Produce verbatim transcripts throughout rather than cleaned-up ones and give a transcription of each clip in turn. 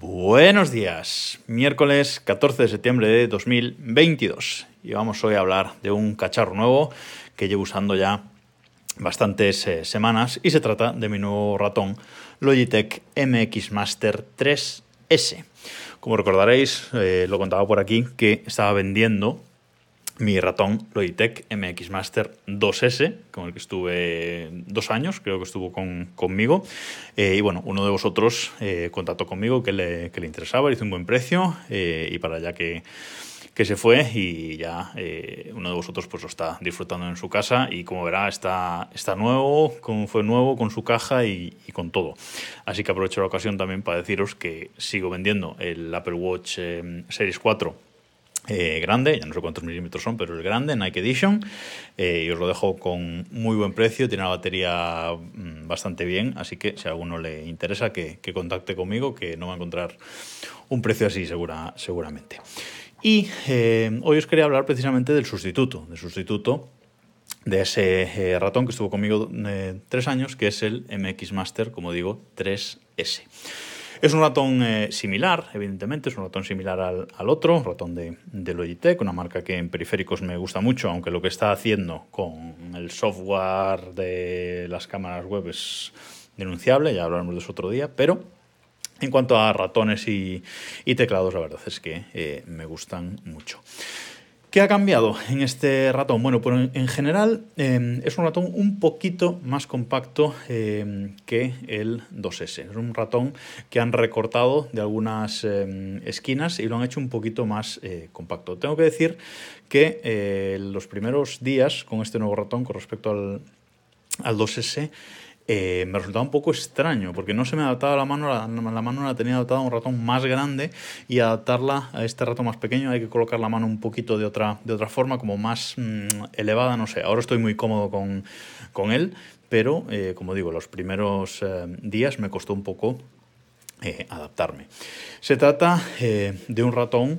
Buenos días, miércoles catorce de septiembre de dos mil veintidós y vamos hoy a hablar de un cacharro nuevo que llevo usando ya bastantes eh, semanas y se trata de mi nuevo ratón Logitech M X Master tres ese. Como recordaréis, eh, lo contaba por aquí que estaba vendiendo mi ratón Logitech M X Master dos ese, con el que estuve dos años, creo que estuvo con, conmigo. Eh, y bueno, uno de vosotros eh, contactó conmigo que le, que le interesaba, le hizo un buen precio eh, y para allá que, que se fue y ya eh, uno de vosotros pues lo está disfrutando en su casa y como verá está, está nuevo, con, fue nuevo con su caja y, y con todo. Así que aprovecho la ocasión también para deciros que sigo vendiendo el Apple Watch eh, Series cuatro Eh, grande, ya no sé cuántos milímetros son, pero el grande, Nike Edition, eh, y os lo dejo con muy buen precio, tiene la batería mmm, bastante bien, así que si a alguno le interesa que, que contacte conmigo, que no va a encontrar un precio así segura, seguramente. Y eh, hoy os quería hablar precisamente del sustituto, del sustituto de ese eh, ratón que estuvo conmigo eh, tres años, que es el M X Master, como digo, tres ese. Es un ratón eh, similar, evidentemente, es un ratón similar al, al otro, ratón de, de Logitech, una marca que en periféricos me gusta mucho, aunque lo que está haciendo con el software de las cámaras web es denunciable, ya hablaremos de eso otro día, pero en cuanto a ratones y, y teclados, la verdad es que eh, me gustan mucho. ¿Qué ha cambiado en este ratón? Bueno, pues en general eh, es un ratón un poquito más compacto eh, que el dos ese. Es un ratón que han recortado de algunas eh, esquinas y lo han hecho un poquito más eh, compacto. Tengo que decir que eh, los primeros días con este nuevo ratón con respecto al, al dos ese Eh, me resultaba un poco extraño porque no se me adaptaba la mano, la, la mano la tenía adaptada a un ratón más grande y adaptarla a este ratón más pequeño hay que colocar la mano un poquito de otra, de otra forma, como más mmm, elevada, no sé. Ahora estoy muy cómodo con, con él, pero eh, como digo, los primeros eh, días me costó un poco eh, adaptarme. Se trata eh, de un ratón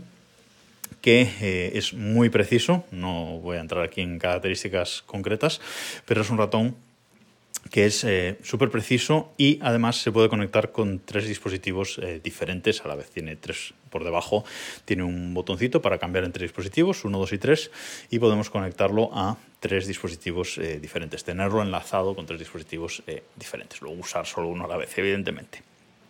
que eh, es muy preciso, no voy a entrar aquí en características concretas, pero es un ratón que es eh, súper preciso y además se puede conectar con tres dispositivos eh, diferentes a la vez. Tiene tres por debajo, tiene un botoncito para cambiar entre dispositivos, uno, dos y tres, y podemos conectarlo a tres dispositivos eh, diferentes, tenerlo enlazado con tres dispositivos eh, diferentes, luego usar solo uno a la vez, evidentemente.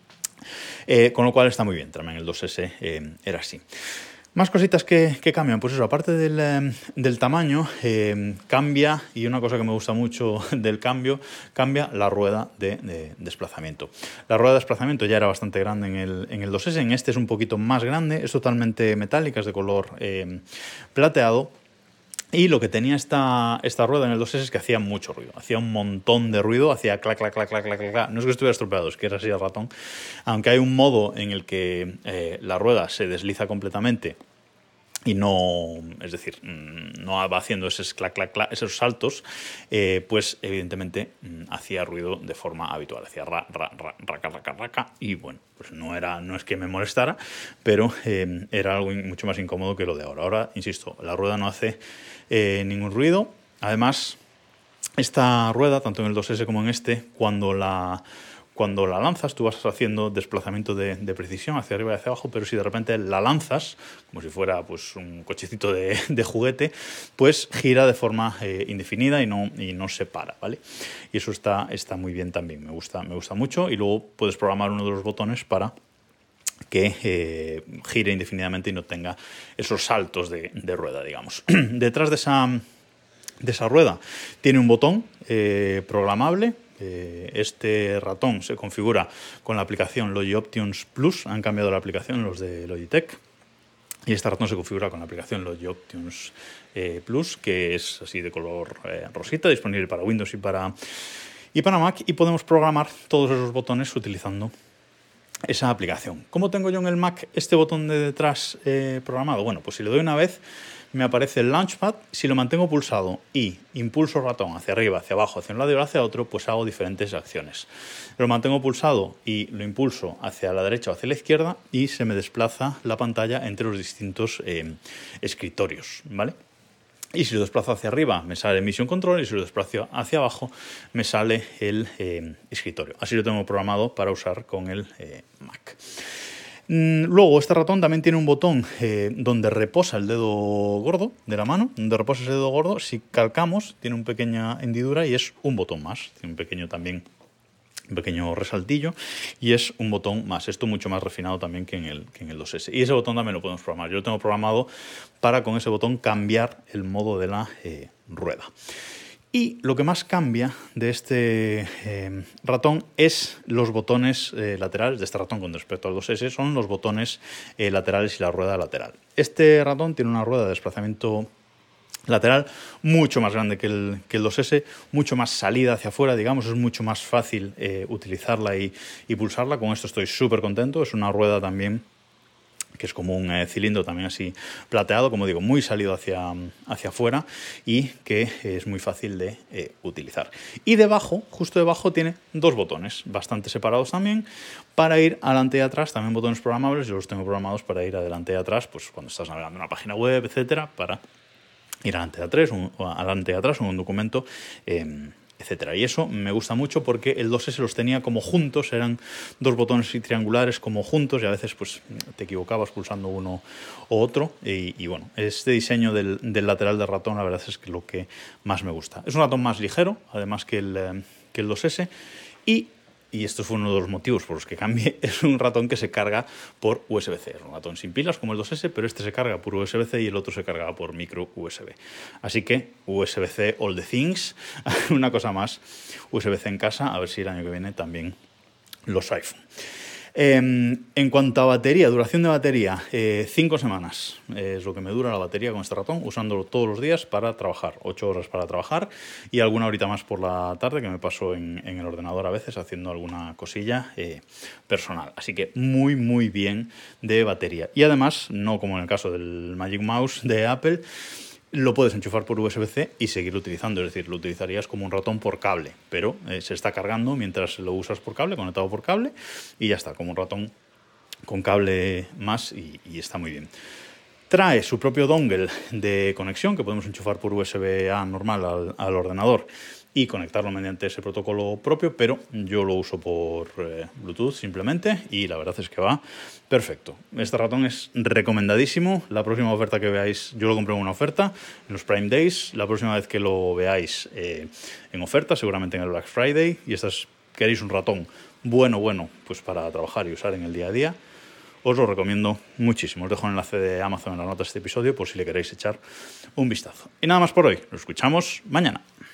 Eh, con lo cual está muy bien, también el dos ese eh, era así. Más cositas que, que cambian, pues eso, aparte del, eh, del tamaño, eh, cambia, y una cosa que me gusta mucho del cambio, cambia la rueda de, de desplazamiento. La rueda de desplazamiento ya era bastante grande en el, en el dos ese, en este es un poquito más grande, es totalmente metálica, es de color eh, plateado. Y lo que tenía esta, esta rueda en el dos ese es que hacía mucho ruido, hacía un montón de ruido, hacía clac, clac, clac, clac, clac, clac. No es que estuviera estropeado, es que era así el ratón. Aunque hay un modo en el que eh, la rueda se desliza completamente y no, es decir, no va haciendo esos clac, clac, clac, esos saltos, eh, pues evidentemente hacía ruido de forma habitual, hacía ra, ra, ra, raca, raca, raca, y bueno, pues no era, no es que me molestara, pero eh, era algo mucho más incómodo que lo de ahora. Ahora, insisto, la rueda no hace eh, ningún ruido. Además, esta rueda, tanto en el dos ese como en este, cuando la Cuando la lanzas, tú vas haciendo desplazamiento de, de precisión hacia arriba y hacia abajo, pero si de repente la lanzas, como si fuera pues, un cochecito de, de juguete, pues gira de forma eh, indefinida y no, y no se para, ¿vale? Y eso está, está muy bien también, me gusta, me gusta mucho. Y luego puedes programar uno de los botones para que eh, gire indefinidamente y no tenga esos saltos de, de rueda, digamos. Detrás de esa, de esa rueda tiene un botón eh, programable. Este ratón se configura con la aplicación LogiOptions Plus, han cambiado la aplicación los de Logitech, y este ratón se configura con la aplicación LogiOptions eh, Plus, que es así de color eh, rosita, disponible para Windows y para, y para Mac, y podemos programar todos esos botones utilizando esa aplicación. ¿Cómo tengo yo en el Mac este botón de detrás eh, programado? Bueno, pues si le doy una vez me aparece el Launchpad. Si lo mantengo pulsado y impulso el ratón hacia arriba, hacia abajo, hacia un lado y hacia otro, pues hago diferentes acciones. Lo mantengo pulsado y lo impulso hacia la derecha o hacia la izquierda y se me desplaza la pantalla entre los distintos eh, escritorios, ¿vale? Y si lo desplazo hacia arriba me sale Mission Control y si lo desplazo hacia abajo me sale el eh, escritorio. Así lo tengo programado para usar con el eh, Mac. Luego, este ratón también tiene un botón eh, donde reposa el dedo gordo de la mano, donde reposa ese dedo gordo. Si calcamos, tiene una pequeña hendidura y es un botón más. Tiene un pequeño también, un pequeño resaltillo y es un botón más. Esto mucho más refinado también que en el, que en el dos ese. Y ese botón también lo podemos programar. Yo lo tengo programado para con ese botón cambiar el modo de la eh, rueda. Y lo que más cambia de este eh, ratón es los botones eh, laterales de este ratón con respecto al dos ese, son los botones eh, laterales y la rueda lateral. Este ratón tiene una rueda de desplazamiento lateral mucho más grande que el, que el dos ese, mucho más salida hacia afuera, digamos, es mucho más fácil eh, utilizarla y, y pulsarla. Con esto estoy súper contento. Es una rueda también que es como un eh, cilindro también así plateado, como digo, muy salido hacia, hacia afuera y que es muy fácil de eh, utilizar. Y debajo, justo debajo, tiene dos botones bastante separados también para ir adelante y atrás, también botones programables. Yo los tengo programados para ir adelante y atrás, pues cuando estás navegando en una página web, etcétera, para ir adelante y atrás, un, adelante y atrás, un documento, eh, etcétera. Y eso me gusta mucho porque el dos ese los tenía como juntos, eran dos botones triangulares como juntos y a veces pues te equivocabas pulsando uno o otro. Y, y bueno, este diseño del, del lateral del ratón la verdad es que lo que más me gusta. Es un ratón más ligero, además que el, eh, que el dos ese, y y esto fue uno de los motivos por los que cambié, es un ratón que se carga por U S B C. Es un ratón sin pilas como el dos ese, pero este se carga por U S B C y el otro se carga por micro U S B. Así que U S B C all the things, una cosa más, U S B C en casa, a ver si el año que viene también los iPhone. Eh, en cuanto a batería, duración de batería, eh, cinco semanas es lo que me dura la batería con este ratón, usándolo todos los días para trabajar, ocho horas para trabajar y alguna horita más por la tarde que me paso en, en el ordenador a veces haciendo alguna cosilla eh, personal. Así que muy muy bien de batería. Y además, no como en el caso del Magic Mouse de Apple, lo puedes enchufar por U S B C y seguir utilizando, es decir, lo utilizarías como un ratón por cable, pero eh, se está cargando mientras lo usas por cable, conectado por cable, y ya está, como un ratón con cable más y, y está muy bien. Trae su propio dongle de conexión que podemos enchufar por U S B A normal al, al ordenador y conectarlo mediante ese protocolo propio, pero yo lo uso por eh, Bluetooth simplemente y la verdad es que va perfecto. Este ratón es recomendadísimo. La próxima oferta que veáis, yo lo compré en una oferta en los Prime Days, la próxima vez que lo veáis eh, en oferta, seguramente en el Black Friday, y estas queréis un ratón bueno, bueno, pues para trabajar y usar en el día a día, os lo recomiendo muchísimo. Os dejo el enlace de Amazon en la nota de este episodio por si le queréis echar un vistazo. Y nada más por hoy. Nos escuchamos mañana.